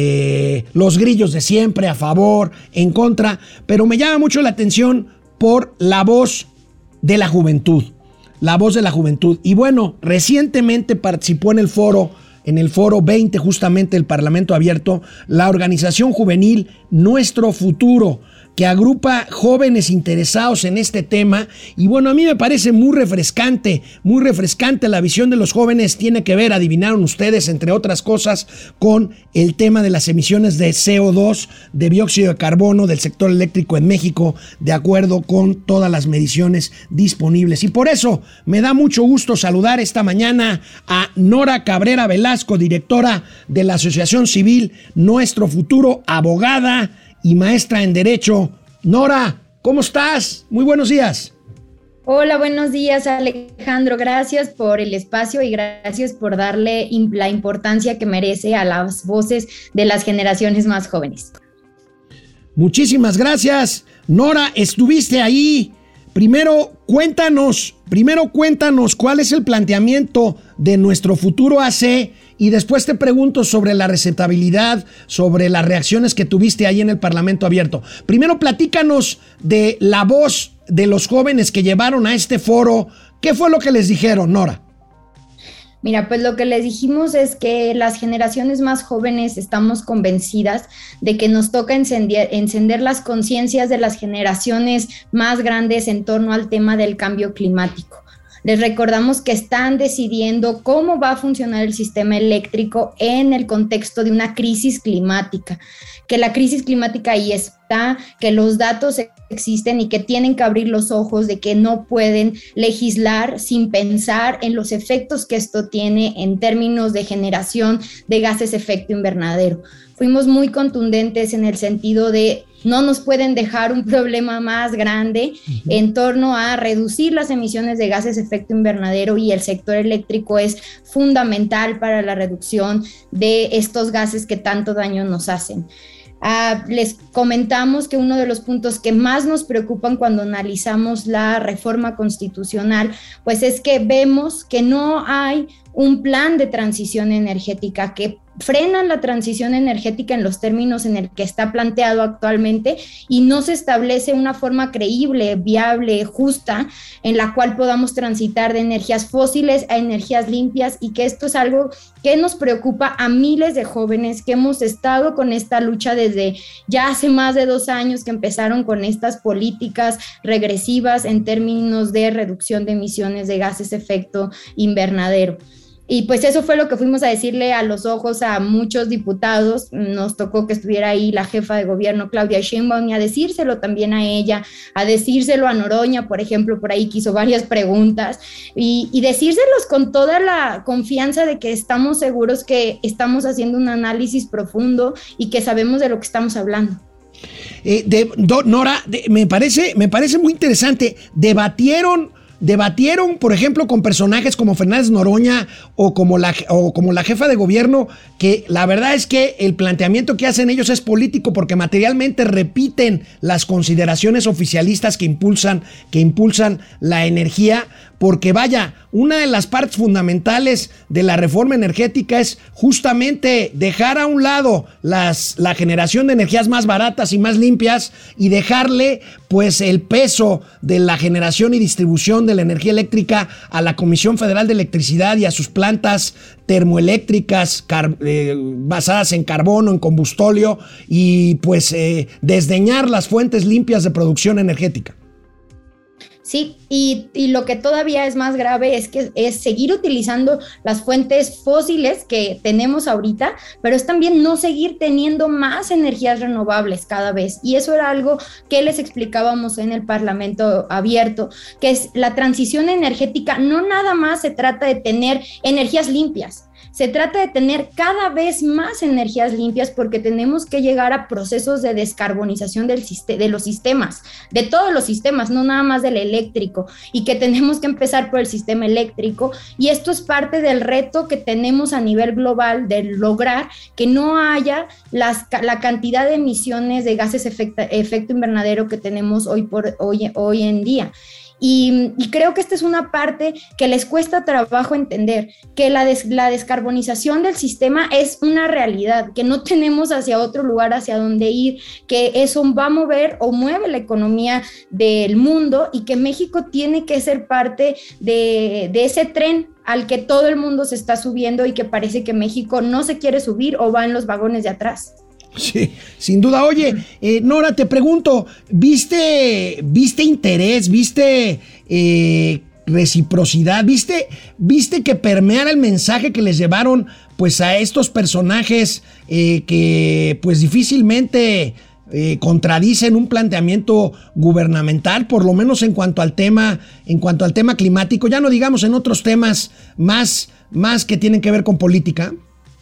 eh, los grillos de siempre, a favor, en contra, pero me llama mucho la atención por la voz de la juventud. La voz de la juventud. Y bueno, recientemente participó en el foro, en el foro veinte justamente del Parlamento Abierto, la organización juvenil Nuestro Futuro, que agrupa jóvenes interesados en este tema. Y bueno, a mí me parece muy refrescante, muy refrescante. La visión de los jóvenes tiene que ver, adivinaron ustedes, entre otras cosas, con el tema de las emisiones de C O dos, de dióxido de carbono del sector eléctrico en México, de acuerdo con todas las mediciones disponibles. Y por eso me da mucho gusto saludar esta mañana a Nora Cabrera Velasco, directora de la Asociación Civil Nuestro Futuro, abogada y maestra en Derecho. Nora, ¿cómo estás? Muy buenos días. Hola, buenos días, Alejandro. Gracias por el espacio y gracias por darle la importancia que merece a las voces de las generaciones más jóvenes. Muchísimas gracias. Nora, estuviste ahí. Primero, cuéntanos, primero cuéntanos cuál es el planteamiento de Nuestro Futuro A C y después te pregunto sobre la receptabilidad, sobre las reacciones que tuviste ahí en el Parlamento Abierto. Primero, platícanos de la voz de los jóvenes que llevaron a este foro, ¿qué fue lo que les dijeron, Nora? Mira, pues lo que les dijimos es que las generaciones más jóvenes estamos convencidas de que nos toca encender, encender las conciencias de las generaciones más grandes en torno al tema del cambio climático. Les recordamos que están decidiendo cómo va a funcionar el sistema eléctrico en el contexto de una crisis climática, que la crisis climática ahí está, que los datos existen y que tienen que abrir los ojos de que no pueden legislar sin pensar en los efectos que esto tiene en términos de generación de gases efecto invernadero. Fuimos muy contundentes en el sentido de no nos pueden dejar un problema más grande uh-huh. en torno a reducir las emisiones de gases de efecto invernadero, y el sector eléctrico es fundamental para la reducción de estos gases que tanto daño nos hacen. Uh, les comentamos que uno de los puntos que más nos preocupan cuando analizamos la reforma constitucional, pues es que vemos que no hay un plan de transición energética, que frenan la transición energética en los términos en el que está planteado actualmente, y no se establece una forma creíble, viable, justa, en la cual podamos transitar de energías fósiles a energías limpias, y que esto es algo que nos preocupa a miles de jóvenes que hemos estado con esta lucha desde ya hace más de dos años que empezaron con estas políticas regresivas en términos de reducción de emisiones de gases de efecto invernadero. Y pues eso fue lo que fuimos a decirle a los ojos a muchos diputados. Nos tocó que estuviera ahí la jefa de gobierno, Claudia Sheinbaum, y a decírselo también a ella, a decírselo a Noroña, por ejemplo, por ahí que hizo varias preguntas, y, y decírselos con toda la confianza de que estamos seguros que estamos haciendo un análisis profundo y que sabemos de lo que estamos hablando. Eh, de, do, Nora, de, me, parece, me parece muy interesante. Debatieron... Debatieron, por ejemplo, con personajes como Fernández Noroña o como, la, o como la jefa de gobierno, que la verdad es que el planteamiento que hacen ellos es político, porque materialmente repiten las consideraciones oficialistas que impulsan, que impulsan la energía, porque vaya, una de las partes fundamentales de la reforma energética es justamente dejar a un lado las, la generación de energías más baratas y más limpias, y dejarle pues el peso de la generación y distribución de la energía eléctrica a la Comisión Federal de Electricidad y a sus plantas termoeléctricas car- eh, basadas en carbono, en combustóleo, y pues eh, desdeñar las fuentes limpias de producción energética. Sí, y, y lo que todavía es más grave es que es seguir utilizando las fuentes fósiles que tenemos ahorita, pero es también no seguir teniendo más energías renovables cada vez. Y eso era algo que les explicábamos en el Parlamento abierto, que es la transición energética. No nada más se trata de tener energías limpias. Se trata de tener cada vez más energías limpias, porque tenemos que llegar a procesos de descarbonización del, de los sistemas, de todos los sistemas, no nada más del eléctrico, y que tenemos que empezar por el sistema eléctrico. Y esto es parte del reto que tenemos a nivel global de lograr que no haya las, la cantidad de emisiones de gases efecto, efecto invernadero que tenemos hoy, por, hoy, hoy en día. Y, y creo que esta es una parte que les cuesta trabajo entender, que la, des, la descarbonización del sistema es una realidad, que no tenemos hacia otro lugar hacia donde ir, que eso va a mover o mueve la economía del mundo, y que México tiene que ser parte de, de ese tren al que todo el mundo se está subiendo, y que parece que México no se quiere subir o va en los vagones de atrás. Sí, sin duda. Oye, eh, Nora, te pregunto, ¿viste, viste interés, viste eh, reciprocidad, viste, viste que permeara el mensaje que les llevaron pues a estos personajes eh, que pues difícilmente eh, contradicen un planteamiento gubernamental, por lo menos en cuanto al tema, en cuanto al tema climático, ya no digamos en otros temas más, más que tienen que ver con política?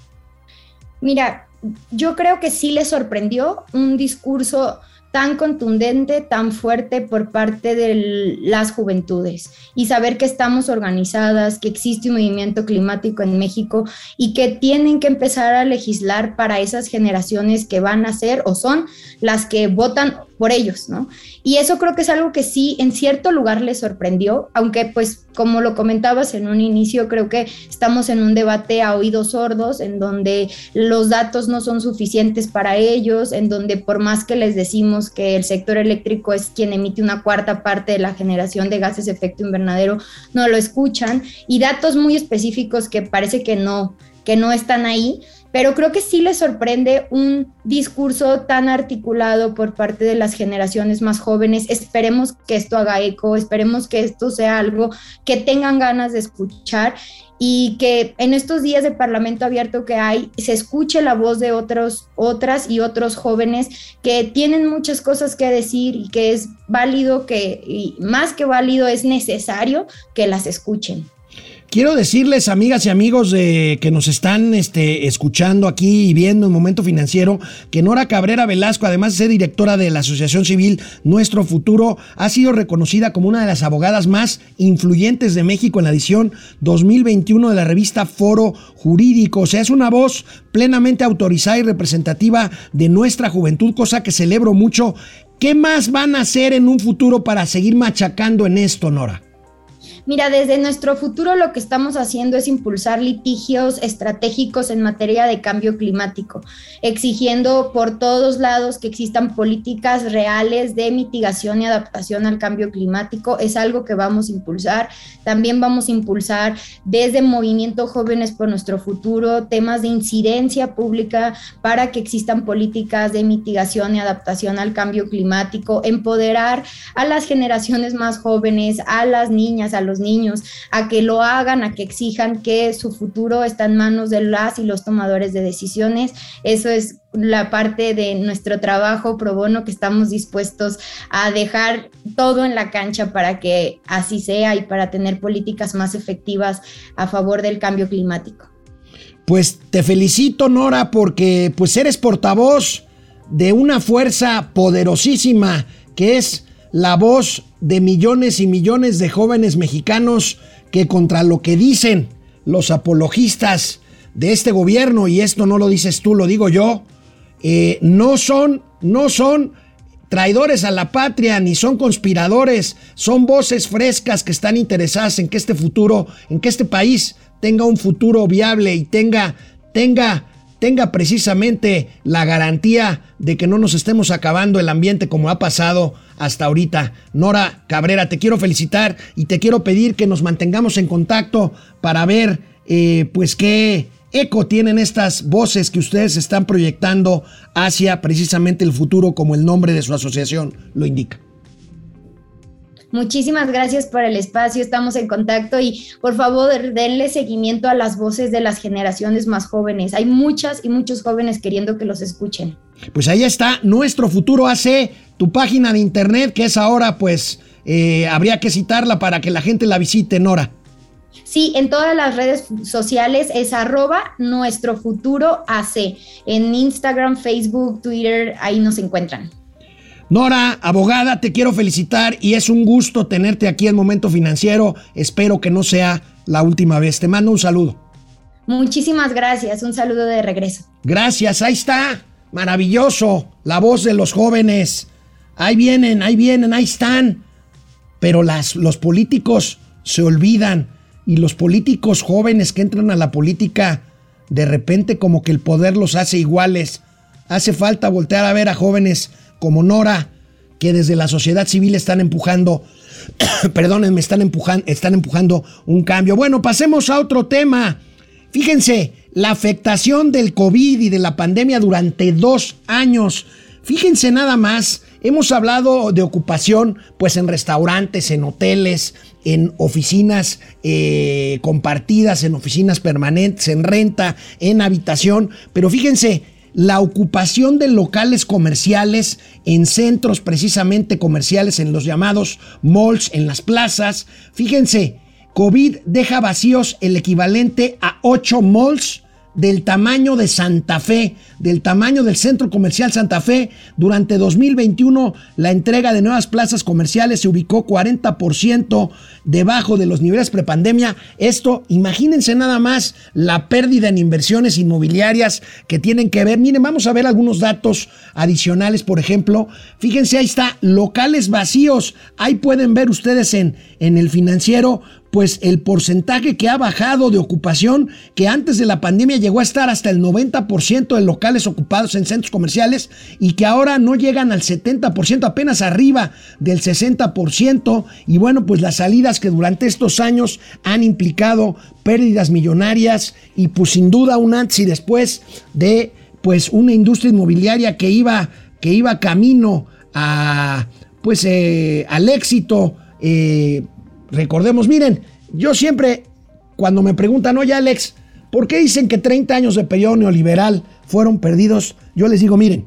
Mira, yo creo que sí les sorprendió un discurso tan contundente, tan fuerte por parte de las juventudes, y saber que estamos organizadas, que existe un movimiento climático en México y que tienen que empezar a legislar para esas generaciones que van a ser o son las que votan por ellos, ¿no? Y eso creo que es algo que sí en cierto lugar les sorprendió, aunque pues como lo comentabas en un inicio, creo que estamos en un debate a oídos sordos, en donde los datos no son suficientes para ellos, en donde por más que les decimos que el sector eléctrico es quien emite una cuarta parte de la generación de gases de efecto invernadero, no lo escuchan, y datos muy específicos que parece que no, que no están ahí, pero creo que sí les sorprende un discurso tan articulado por parte de las generaciones más jóvenes. Esperemos que esto haga eco, esperemos que esto sea algo que tengan ganas de escuchar y que en estos días de Parlamento Abierto que hay, se escuche la voz de otros, otras y otros jóvenes que tienen muchas cosas que decir y que es válido, que, y más que válido, es necesario que las escuchen. Quiero decirles, amigas y amigos de, que nos están este, escuchando aquí y viendo en Momento Financiero, que Nora Cabrera Velasco, además de ser directora de la Asociación Civil Nuestro Futuro, ha sido reconocida como una de las abogadas más influyentes de México en la edición dos mil veintiuno de la revista Foro Jurídico. O sea, es una voz plenamente autorizada y representativa de nuestra juventud, cosa que celebro mucho. ¿Qué más van a hacer en un futuro para seguir machacando en esto, Nora? Mira, desde Nuestro Futuro lo que estamos haciendo es impulsar litigios estratégicos en materia de cambio climático, exigiendo por todos lados que existan políticas reales de mitigación y adaptación al cambio climático. Es algo que vamos a impulsar. También vamos a impulsar desde Movimiento Jóvenes por Nuestro Futuro temas de incidencia pública para que existan políticas de mitigación y adaptación al cambio climático, empoderar a las generaciones más jóvenes, a las niñas, a los niños, a que lo hagan, a que exijan que su futuro está en manos de las y los tomadores de decisiones. Eso es la parte de nuestro trabajo pro bono, que estamos dispuestos a dejar todo en la cancha para que así sea y para tener políticas más efectivas a favor del cambio climático. Pues te felicito, Nora, porque pues eres portavoz de una fuerza poderosísima que es la voz de millones y millones de jóvenes mexicanos que contra lo que dicen los apologistas de este gobierno, y esto no lo dices tú, lo digo yo, eh, no son, no son traidores a la patria, ni son conspiradores, son voces frescas que están interesadas en que este futuro, en que este país tenga un futuro viable y tenga, tenga, tenga precisamente la garantía de que no nos estemos acabando el ambiente como ha pasado hasta ahorita. Nora Cabrera, te quiero felicitar y te quiero pedir que nos mantengamos en contacto para ver eh, pues qué eco tienen estas voces que ustedes están proyectando hacia precisamente el futuro, como el nombre de su asociación lo indica. Muchísimas gracias por el espacio, estamos en contacto y por favor denle seguimiento a las voces de las generaciones más jóvenes. Hay muchas y muchos jóvenes queriendo que los escuchen. Pues ahí está, Nuestro Futuro A C, tu página de internet, que es ahora pues eh, habría que citarla para que la gente la visite, Nora. Sí, en todas las redes sociales es arroba Nuestro Futuro A C, en Instagram, Facebook, Twitter, ahí nos encuentran. Nora, abogada, te quiero felicitar y es un gusto tenerte aquí en Momento Financiero. Espero que no sea la última vez. Te mando un saludo. Muchísimas gracias, un saludo de regreso. Gracias, ahí está, maravilloso, la voz de los jóvenes. Ahí vienen, ahí vienen, ahí están. Pero las, los políticos se olvidan y los políticos jóvenes que entran a la política, de repente como que el poder los hace iguales. Hace falta voltear a ver a jóvenes como Nora, que desde la sociedad civil están empujando, perdónenme, están empujando, están empujando un cambio. Bueno, pasemos a otro tema. Fíjense, la afectación del COVID y de la pandemia durante dos años. Fíjense nada más, hemos hablado de ocupación pues en restaurantes, en hoteles, en oficinas eh, compartidas, en oficinas permanentes, en renta, en habitación, pero fíjense, la ocupación de locales comerciales en centros precisamente comerciales, en los llamados malls, en las plazas. Fíjense, COVID deja vacíos el equivalente a ocho malls del tamaño de Santa Fe, del tamaño del Centro Comercial Santa Fe. Durante dos mil veintiuno, la entrega de nuevas plazas comerciales se ubicó cuarenta por ciento debajo de los niveles prepandemia. Esto, imagínense nada más la pérdida en inversiones inmobiliarias que tienen que ver. Miren, vamos a ver algunos datos adicionales, por ejemplo. Fíjense, ahí está, locales vacíos. Ahí pueden ver ustedes en, en el Financiero, pues el porcentaje que ha bajado de ocupación, que antes de la pandemia llegó a estar hasta el noventa por ciento de locales ocupados en centros comerciales y que ahora no llegan al setenta por ciento, apenas arriba del sesenta por ciento. Y bueno, pues las salidas que durante estos años han implicado pérdidas millonarias y pues sin duda un antes y después de pues una industria inmobiliaria que iba, que iba camino a pues eh, al éxito. eh, Recordemos, miren, yo siempre, cuando me preguntan, oye Alex, ¿por qué dicen que treinta años de periodo neoliberal fueron perdidos? Yo les digo, miren,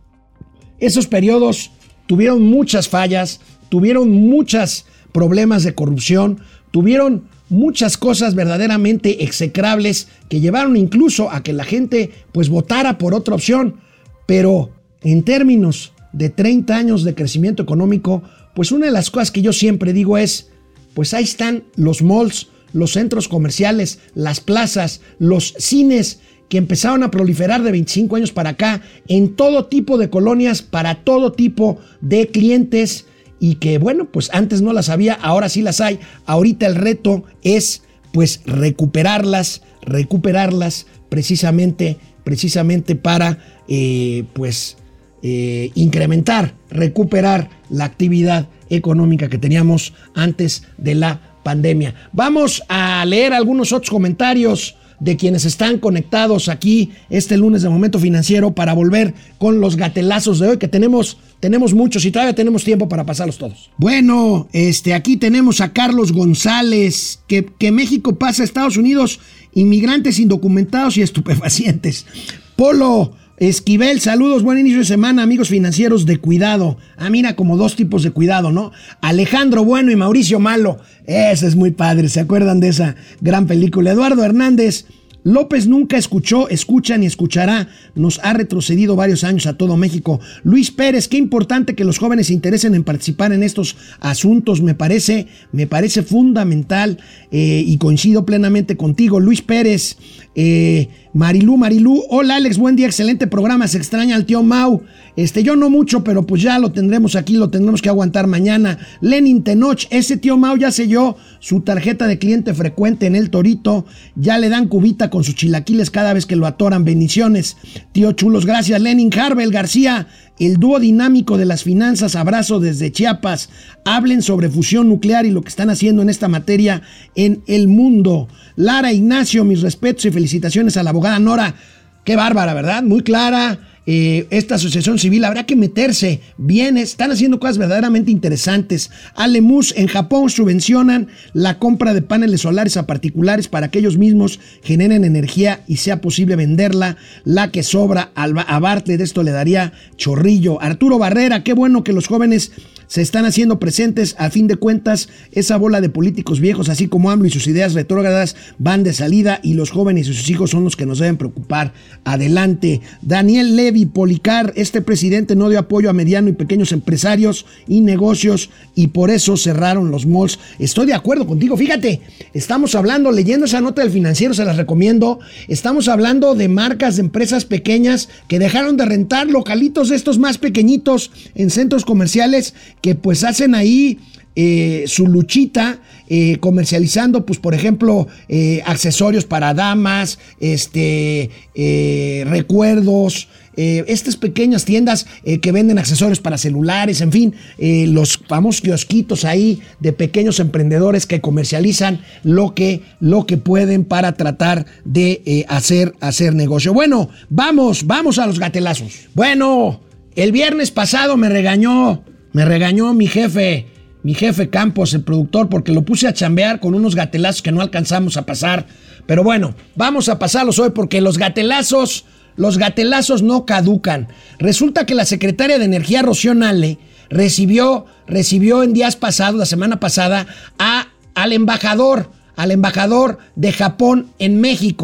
esos periodos tuvieron muchas fallas, tuvieron muchos problemas de corrupción, tuvieron muchas cosas verdaderamente execrables que llevaron incluso a que la gente pues votara por otra opción. Pero en términos de treinta años de crecimiento económico, pues una de las cosas que yo siempre digo es, pues ahí están los malls, los centros comerciales, las plazas, los cines que empezaron a proliferar de veinticinco años para acá en todo tipo de colonias, para todo tipo de clientes y que bueno, pues antes no las había, ahora sí las hay. Ahorita el reto es pues recuperarlas, recuperarlas precisamente, precisamente para eh, pues eh, incrementar, recuperar la actividad económica que teníamos antes de la pandemia. Vamos a leer algunos otros comentarios de quienes están conectados aquí este lunes de Momento Financiero para volver con los gatelazos de hoy, que tenemos, tenemos muchos y todavía tenemos tiempo para pasarlos todos. Bueno, este, aquí tenemos a Carlos González, que, que México pasa a Estados Unidos, inmigrantes indocumentados y estupefacientes. Polo Esquivel, saludos, buen inicio de semana, amigos financieros de cuidado. Ah, mira, como dos tipos de cuidado, ¿no? Alejandro Bueno y Mauricio Malo. Ese es muy padre, ¿se acuerdan de esa gran película? Eduardo Hernández, López nunca escuchó, escucha ni escuchará. Nos ha retrocedido varios años a todo México. Luis Pérez, qué importante que los jóvenes se interesen en participar en estos asuntos. Me parece, me parece fundamental eh, y coincido plenamente contigo. Luis Pérez, eh, Marilú, Marilú, hola Alex, buen día, excelente programa, se extraña al tío Mau. Este, yo no mucho, pero pues ya lo tendremos aquí, lo tendremos que aguantar mañana. Lenin Tenoch, ese tío Mau ya selló su tarjeta de cliente frecuente en el Torito, ya le dan cubita con sus chilaquiles cada vez que lo atoran. Bendiciones, tío Chulos, gracias. Lenin Harbel García, el dúo dinámico de las finanzas, abrazo desde Chiapas. Hablen sobre fusión nuclear y lo que están haciendo en esta materia en el mundo. Lara Ignacio, mis respetos y felicitaciones a la abogada Nora. Qué bárbara, ¿verdad? Muy clara. Eh, esta asociación civil habrá que meterse bien, están haciendo cosas verdaderamente interesantes. Alemus, en Japón subvencionan la compra de paneles solares a particulares para que ellos mismos generen energía y sea posible venderla. La que sobra a Bartlett, esto le daría chorrillo. Arturo Barrera, qué bueno que los jóvenes se están haciendo presentes. A fin de cuentas, esa bola de políticos viejos, así como AMLO y sus ideas retrógradas, van de salida y los jóvenes y sus hijos son los que nos deben preocupar. Adelante. Daniel Levy Policar, este presidente no dio apoyo a mediano y pequeños empresarios y negocios y por eso cerraron los malls. Estoy de acuerdo contigo. Fíjate, estamos hablando, leyendo esa nota del Financiero, se las recomiendo. Estamos hablando de marcas de empresas pequeñas que dejaron de rentar localitos de estos más pequeñitos en centros comerciales, que pues hacen ahí eh, su luchita eh, comercializando, pues por ejemplo, eh, accesorios para damas, este, eh, recuerdos, eh, estas pequeñas tiendas eh, que venden accesorios para celulares, en fin, eh, los famosos kiosquitos ahí de pequeños emprendedores que comercializan lo que, lo que pueden para tratar de eh, hacer, hacer negocio. Bueno, vamos, vamos a los gatelazos. Bueno, el viernes pasado me regañó Me regañó mi jefe, mi jefe Campos, el productor, porque lo puse a chambear con unos gatelazos que no alcanzamos a pasar. Pero bueno, vamos a pasarlos hoy porque los gatelazos, los gatelazos no caducan. Resulta que la secretaria de Energía, Rocío Nale, recibió, recibió en días pasados, la semana pasada, a, al embajador, al embajador de Japón en México,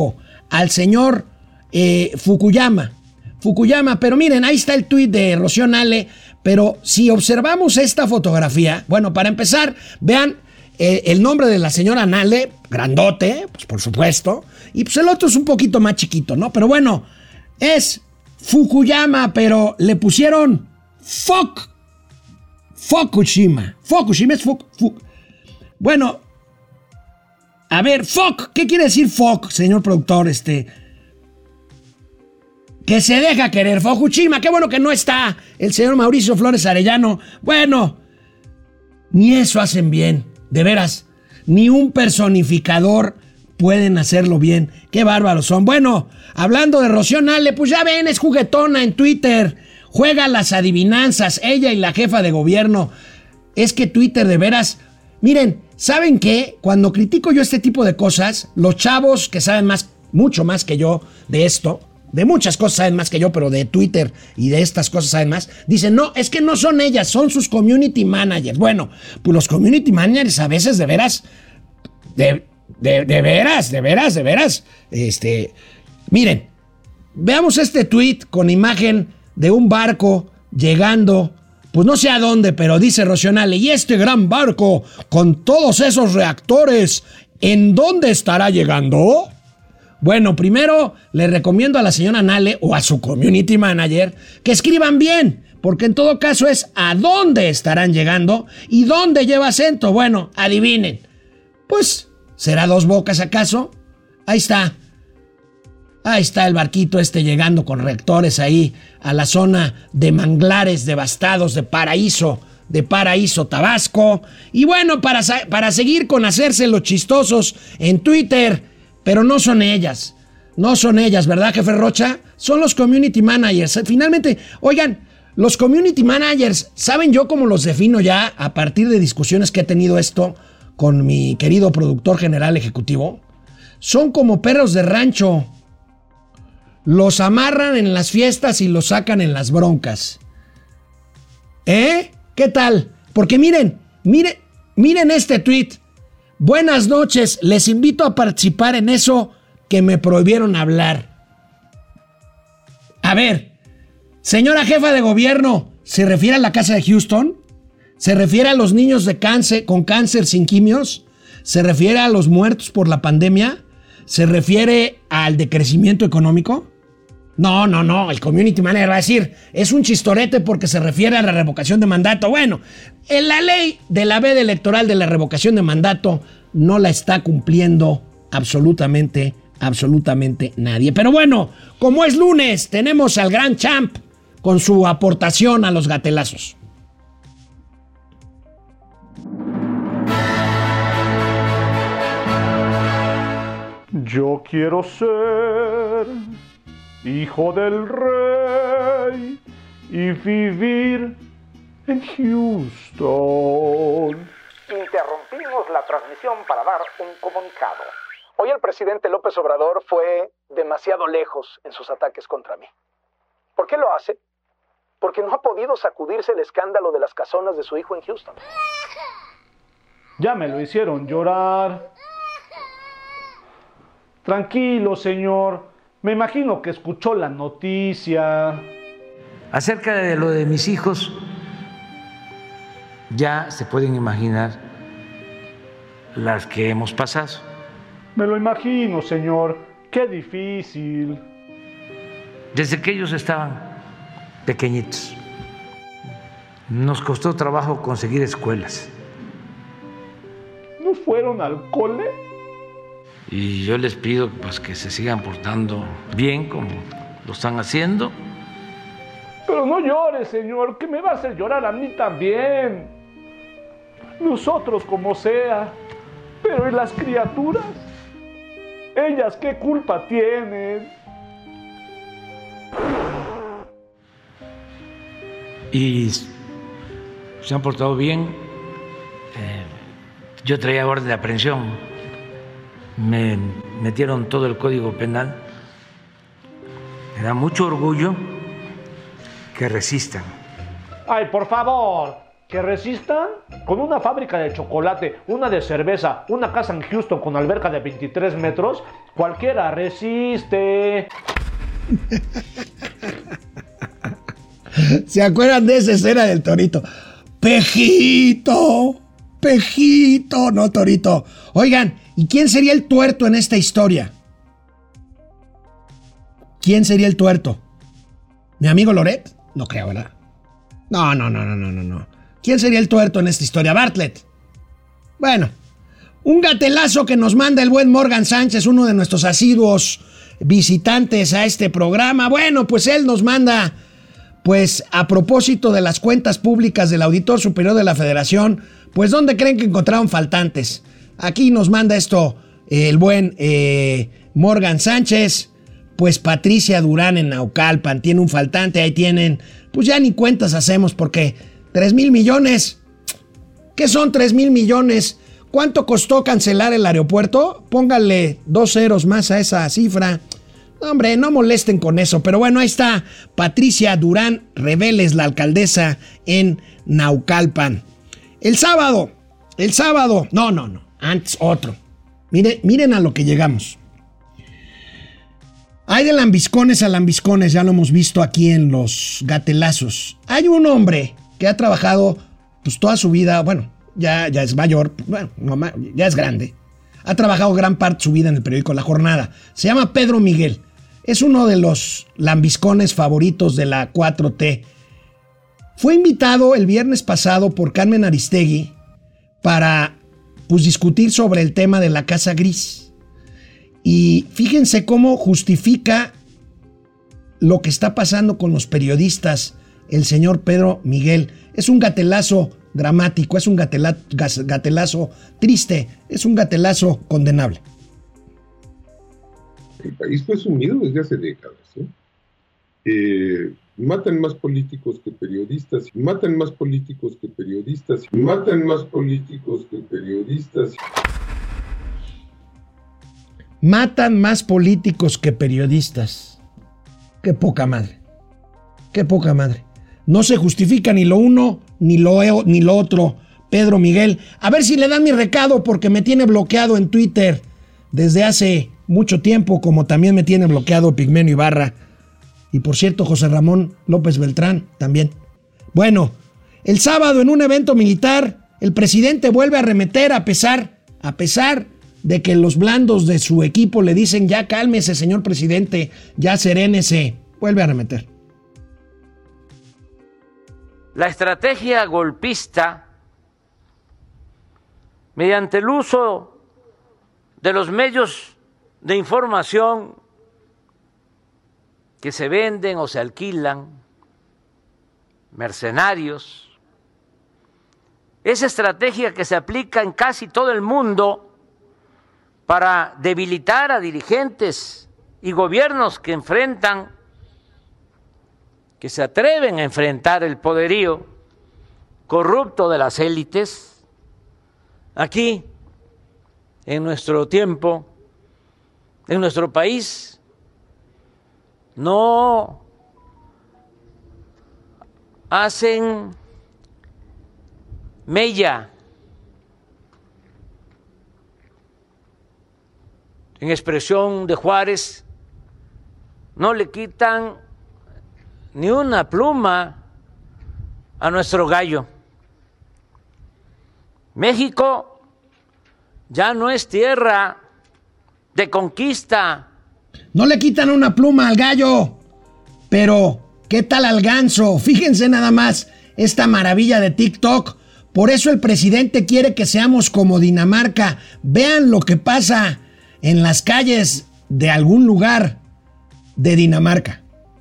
al señor eh, Fukuyama. Fukuyama, pero miren, ahí está el tuit de Rocío Nale, pero si observamos esta fotografía, bueno, para empezar, vean eh, el nombre de la señora Nale, grandote, pues por supuesto, y pues el otro es un poquito más chiquito, ¿no? Pero bueno, es Fukuyama, pero le pusieron Fok, Fukushima, Fukushima es Fuk, Fuk. Bueno, a ver, Fok, ¿qué quiere decir Fok, señor productor? Este... Que se deja querer, Fukushima. Qué bueno que no está el señor Mauricio Flores Arellano. Bueno, ni eso hacen bien, de veras. Ni un personificador pueden hacerlo bien. Qué bárbaros son. Bueno, hablando de Rocío Nale, pues ya ven, es juguetona en Twitter. Juega las adivinanzas, ella y la jefa de gobierno. Es que Twitter, de veras... Miren, ¿saben qué? Cuando critico yo este tipo de cosas, los chavos que saben más, mucho más que yo de esto... De muchas cosas saben más que yo, pero de Twitter y de estas cosas saben más. Dicen, no, es que no son ellas, son sus community managers. Bueno, pues los community managers a veces de veras, de, de, de veras, de veras, de veras. Este, miren, veamos este tweet con imagen de un barco llegando, pues no sé a dónde, pero dice Rocío Nale, y este gran barco con todos esos reactores, ¿en dónde estará llegando? Bueno, primero le recomiendo a la señora Nale o a su community manager que escriban bien, porque en todo caso es a dónde estarán llegando y dónde lleva acento. Bueno, adivinen. Pues, ¿será Dos Bocas acaso? Ahí está. Ahí está el barquito este llegando con reactores ahí a la zona de manglares devastados de Paraíso, de Paraíso, Tabasco. Y bueno, para, para seguir con hacerse los chistosos en Twitter... Pero no son ellas, no son ellas, ¿verdad, jefe Rocha? Son los community managers. Finalmente, oigan, los community managers, ¿saben yo cómo los defino ya a partir de discusiones que he tenido esto con mi querido productor general ejecutivo? Son como perros de rancho. Los amarran en las fiestas y los sacan en las broncas. ¿Eh? ¿Qué tal? Porque miren, miren, miren este tweet. Buenas noches, les invito a participar en eso que me prohibieron hablar. A ver, señora jefa de gobierno, ¿se refiere a la casa de Houston? ¿Se refiere a los niños de cáncer, con cáncer sin quimios? ¿Se refiere a los muertos por la pandemia? ¿Se refiere al decrecimiento económico? No, no, no, el community manager va a decir, es un chistorete porque se refiere a la revocación de mandato. Bueno, en la ley de la veda electoral de la revocación de mandato no la está cumpliendo absolutamente, absolutamente nadie. Pero bueno, como es lunes, tenemos al gran champ con su aportación a los gatelazos. Yo quiero ser hijo del rey y vivir en Houston. Interrumpimos la transmisión para dar un comunicado. Hoy el presidente López Obrador fue demasiado lejos en sus ataques contra mí. ¿Por qué lo hace? Porque no ha podido sacudirse el escándalo de las casonas de su hijo en Houston. Ya me lo hicieron llorar. Tranquilo, señor. Me imagino que escuchó la noticia. Acerca de lo de mis hijos, ya se pueden imaginar las que hemos pasado. Me lo imagino, señor. Qué difícil. Desde que ellos estaban pequeñitos, nos costó trabajo conseguir escuelas. ¿No fueron al cole? Y yo les pido pues que se sigan portando bien como lo están haciendo. Pero no llore, señor, que me va a hacer llorar a mí también. Nosotros como sea, pero ¿y las criaturas? ¿Ellas qué culpa tienen? Y se han portado bien. Eh, yo traía orden de aprehensión. Me metieron todo el Código Penal. Me da mucho orgullo que resistan. Ay, por favor, que resistan. Con una fábrica de chocolate, una de cerveza, una casa en Houston con alberca de veintitrés metros, cualquiera resiste. ¿Se acuerdan de esa escena del Torito? Pejito, Pejito, no Torito. Oigan, ¿y quién sería el tuerto en esta historia? ¿Quién sería el tuerto? ¿Mi amigo Loret? No creo, ¿verdad? No, no, no, no, no, no, no. ¿Quién sería el tuerto en esta historia? Bartlett. Bueno, un gatelazo que nos manda el buen Morgan Sánchez, uno de nuestros asiduos visitantes a este programa. Bueno, pues él nos manda, pues a propósito de las cuentas públicas del Auditor Superior de la Federación, pues ¿dónde creen que encontraron faltantes? Aquí nos manda esto eh, el buen eh, Morgan Sánchez. Pues Patricia Durán en Naucalpan tiene un faltante, ahí tienen, pues ya ni cuentas hacemos porque tres mil millones, ¿qué son tres mil millones? ¿Cuánto costó cancelar el aeropuerto? Pónganle dos ceros más a esa cifra. No, hombre, no molesten con eso, pero bueno, ahí está Patricia Durán Reveles, la alcaldesa en Naucalpan. El sábado, el sábado, no, no, no, antes otro. Miren, miren a lo que llegamos. Hay de lambiscones a lambiscones, ya lo hemos visto aquí en los gatelazos. Hay un hombre que ha trabajado pues toda su vida, bueno, ya, ya es mayor, bueno, no, ya es grande. Ha trabajado gran parte de su vida en el periódico La Jornada. Se llama Pedro Miguel. Es uno de los lambiscones favoritos de la cuatro T. Fue invitado el viernes pasado por Carmen Aristegui para pues, discutir sobre el tema de la Casa Gris. Y fíjense cómo justifica lo que está pasando con los periodistas el señor Pedro Miguel. Es un gatelazo dramático, es un gatela, gatelazo triste, es un gatelazo condenable. El país fue sumido desde hace décadas. ¿eh? Eh, matan más políticos que periodistas, matan más políticos que periodistas, matan más políticos que periodistas. Matan más políticos que periodistas. Qué poca madre. Qué poca madre. No se justifica ni lo uno, ni lo, ni lo otro. Pedro Miguel. A ver si le dan mi recado porque me tiene bloqueado en Twitter desde hace mucho tiempo, como también me tiene bloqueado Pigmenio Ibarra. Y por cierto, José Ramón López Beltrán también. Bueno, el sábado en un evento militar, el presidente vuelve a arremeter a pesar, a pesar de que los blandos de su equipo le dicen ya cálmese, señor presidente, ya serénese, vuelve a arremeter. La estrategia golpista, mediante el uso de los medios de información que se venden o se alquilan, mercenarios, esa estrategia que se aplica en casi todo el mundo para debilitar a dirigentes y gobiernos que enfrentan, que se atreven a enfrentar el poderío corrupto de las élites. Aquí, en nuestro tiempo, en nuestro país, no hacen mella en expresión de Juárez, no le quitan ni una pluma a nuestro gallo. México ya no es tierra de conquista. No le quitan una pluma al gallo, pero ¿qué tal al ganso? Fíjense nada más esta maravilla de TikTok. Por eso el presidente quiere que seamos como Dinamarca. Vean lo que pasa en las calles de algún lugar de Dinamarca.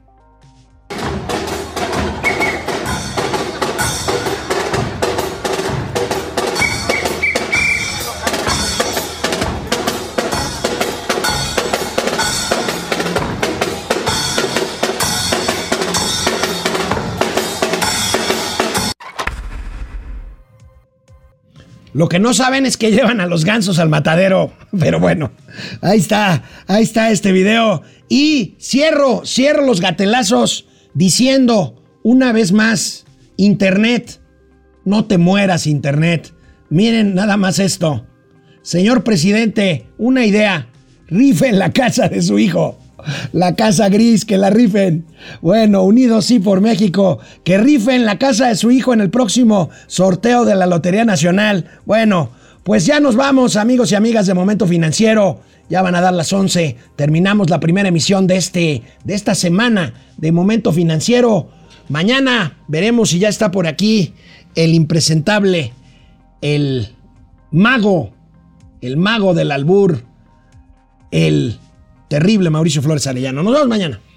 Lo que no saben es que llevan a los gansos al matadero. Pero bueno, ahí está, ahí está este video. Y cierro, cierro los gatelazos diciendo una vez más, Internet, No te mueras, Internet. Miren nada más esto. Señor presidente, una idea. Rifen la casa de su hijo. La casa gris, que la rifen. Bueno, Unidos sí por México, que rifen la casa de su hijo en el próximo sorteo de la Lotería Nacional. Bueno, pues ya nos vamos, amigos y amigas de Momento Financiero. Ya van a dar las once. Terminamos la primera emisión de, este, de esta semana de Momento Financiero. Mañana veremos si ya está por aquí el impresentable, el mago, el mago del albur, el terrible Mauricio Flores Arellano. Nos vemos mañana.